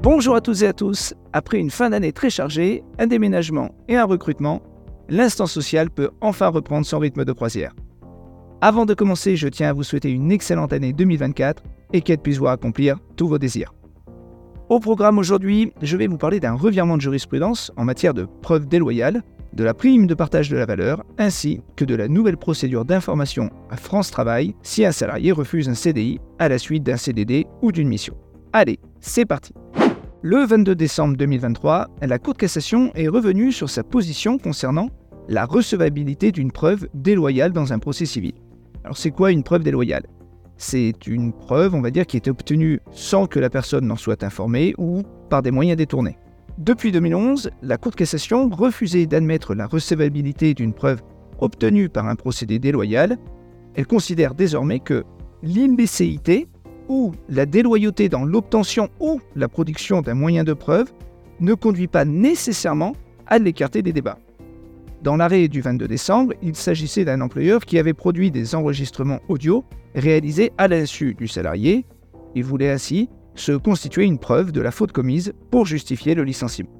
Bonjour à toutes et à tous. Après une fin d'année très chargée, un déménagement et un recrutement, l'instant social peut enfin reprendre son rythme de croisière. Avant de commencer, je tiens à vous souhaiter une excellente année 2024 et qu'elle puisse vous accomplir tous vos désirs. Au programme aujourd'hui, je vais vous parler d'un revirement de jurisprudence en matière de preuve déloyale, de la prime de partage de la valeur, ainsi que de la nouvelle procédure d'information à France Travail si un salarié refuse un CDI à la suite d'un CDD ou d'une mission. Allez, c'est parti. Le 22 décembre 2023, la Cour de cassation est revenue sur sa position concernant la recevabilité d'une preuve déloyale dans un procès civil. Alors c'est quoi une preuve déloyale ? C'est une preuve, qui est obtenue sans que la personne n'en soit informée ou par des moyens détournés. Depuis 2011, la Cour de cassation refusait d'admettre la recevabilité d'une preuve obtenue par un procédé déloyal. Elle considère désormais que l'illicéité ou la déloyauté dans l'obtention ou la production d'un moyen de preuve ne conduit pas nécessairement à l'écarter des débats. Dans l'arrêt du 22 décembre, il s'agissait d'un employeur qui avait produit des enregistrements audio réalisés à l'insu du salarié et voulait ainsi se constituer une preuve de la faute commise pour justifier le licenciement.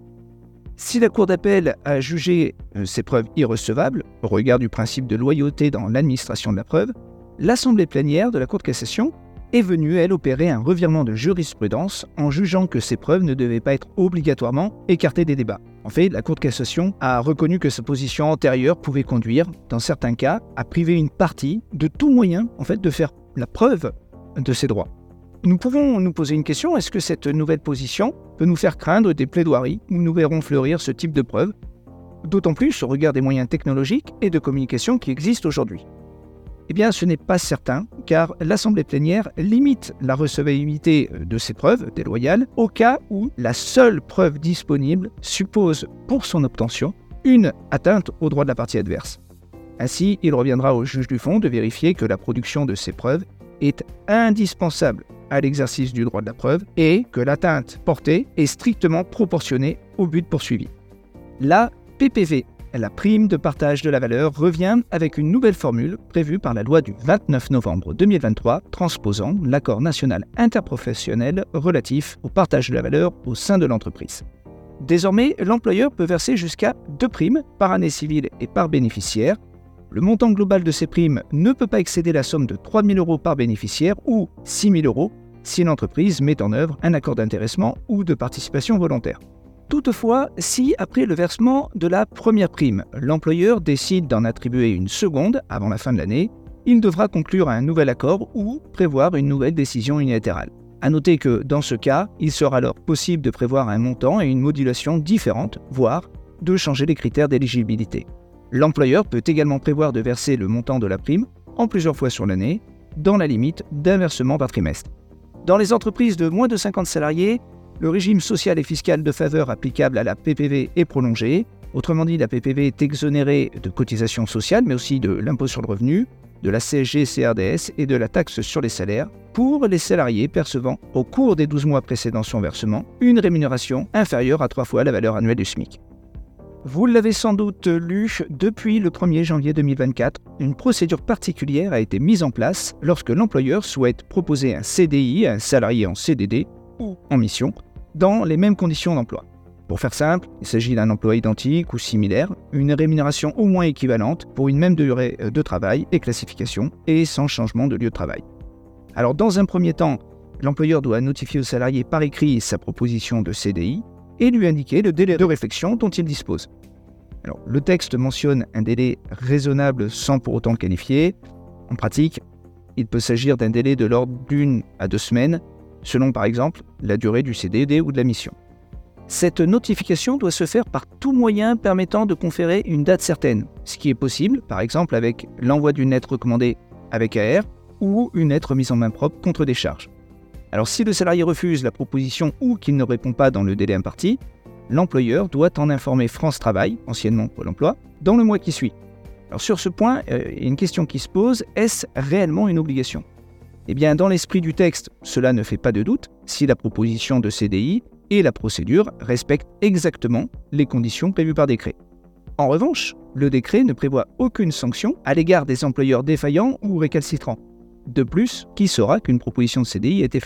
Si la Cour d'appel a jugé ces preuves irrecevables, au regard du principe de loyauté dans l'administration de la preuve, l'Assemblée plénière de la Cour de cassation est venue, elle, opérer un revirement de jurisprudence en jugeant que ces preuves ne devaient pas être obligatoirement écartées des débats. En fait, la Cour de cassation a reconnu que sa position antérieure pouvait conduire, dans certains cas, à priver une partie de tout moyen, de faire la preuve de ses droits. Nous pouvons nous poser une question, est-ce que cette nouvelle position peut nous faire craindre des plaidoiries où nous verrons fleurir ce type de preuve, d'autant plus au regard des moyens technologiques et de communication qui existent aujourd'hui ? Eh bien, ce n'est pas certain, car l'Assemblée plénière limite la recevabilité de ces preuves déloyales au cas où la seule preuve disponible suppose, pour son obtention, une atteinte aux droits de la partie adverse. Ainsi, il reviendra au juge du fond de vérifier que la production de ces preuves est indispensable à l'exercice du droit de la preuve et que l'atteinte portée est strictement proportionnée au but poursuivi. La PPV, la prime de partage de la valeur, revient avec une nouvelle formule prévue par la loi du 29 novembre 2023 transposant l'accord national interprofessionnel relatif au partage de la valeur au sein de l'entreprise. Désormais, l'employeur peut verser jusqu'à 2 primes par année civile et par bénéficiaire. Le montant global de ces primes ne peut pas excéder la somme de 3 000 € par bénéficiaire ou 6 000 € si l'entreprise met en œuvre un accord d'intéressement ou de participation volontaire. Toutefois, si après le versement de la première prime, l'employeur décide d'en attribuer une seconde avant la fin de l'année, il devra conclure un nouvel accord ou prévoir une nouvelle décision unilatérale. À noter que, dans ce cas, il sera alors possible de prévoir un montant et une modulation différentes, voire de changer les critères d'éligibilité. L'employeur peut également prévoir de verser le montant de la prime en plusieurs fois sur l'année, dans la limite d'un versement par trimestre. Dans les entreprises de moins de 50 salariés, le régime social et fiscal de faveur applicable à la PPV est prolongé. Autrement dit, la PPV est exonérée de cotisations sociales, mais aussi de l'impôt sur le revenu, de la CSG-CRDS et de la taxe sur les salaires pour les salariés percevant, au cours des 12 mois précédant son versement, une rémunération inférieure à 3 fois la valeur annuelle du SMIC. Vous l'avez sans doute lu, depuis le 1er janvier 2024, une procédure particulière a été mise en place lorsque l'employeur souhaite proposer un CDI à un salarié en CDD ou en mission, dans les mêmes conditions d'emploi. Pour faire simple, il s'agit d'un emploi identique ou similaire, une rémunération au moins équivalente pour une même durée de travail et classification, et sans changement de lieu de travail. Alors dans un premier temps, l'employeur doit notifier au salarié par écrit sa proposition de CDI et lui indiquer le délai de réflexion dont il dispose. Alors, le texte mentionne un délai raisonnable sans pour autant le qualifier. En pratique, il peut s'agir d'un délai de l'ordre d'1 à 2 semaines, selon par exemple la durée du CDD ou de la mission. Cette notification doit se faire par tout moyen permettant de conférer une date certaine, ce qui est possible par exemple avec l'envoi d'une lettre recommandée avec AR ou une lettre mise en main propre contre des charges. Alors si le salarié refuse la proposition ou qu'il ne répond pas dans le délai imparti, l'employeur doit en informer France Travail, anciennement Pôle emploi, dans le mois qui suit. Alors sur ce point, il y a une question qui se pose, est-ce réellement une obligation ? Eh bien, dans l'esprit du texte, cela ne fait pas de doute si la proposition de CDI et la procédure respectent exactement les conditions prévues par décret. En revanche, le décret ne prévoit aucune sanction à l'égard des employeurs défaillants ou récalcitrants. De plus, qui saura qu'une proposition de CDI a été faite ?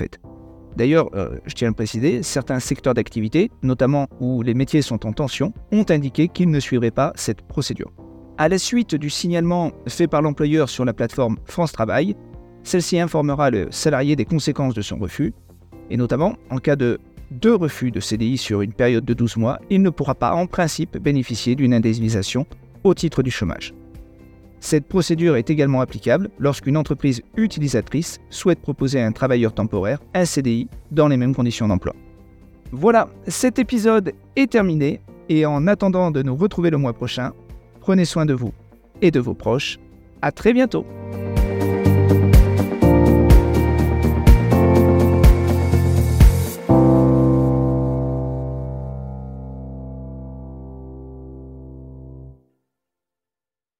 D'ailleurs, je tiens à le préciser, certains secteurs d'activité, notamment où les métiers sont en tension, ont indiqué qu'ils ne suivraient pas cette procédure. À la suite du signalement fait par l'employeur sur la plateforme France Travail, celle-ci informera le salarié des conséquences de son refus, et notamment en cas de deux refus de CDI sur une période de 12 mois, il ne pourra pas en principe bénéficier d'une indemnisation au titre du chômage. Cette procédure est également applicable lorsqu'une entreprise utilisatrice souhaite proposer à un travailleur temporaire un CDI dans les mêmes conditions d'emploi. Voilà, cet épisode est terminé et en attendant de nous retrouver le mois prochain, prenez soin de vous et de vos proches. À très bientôt.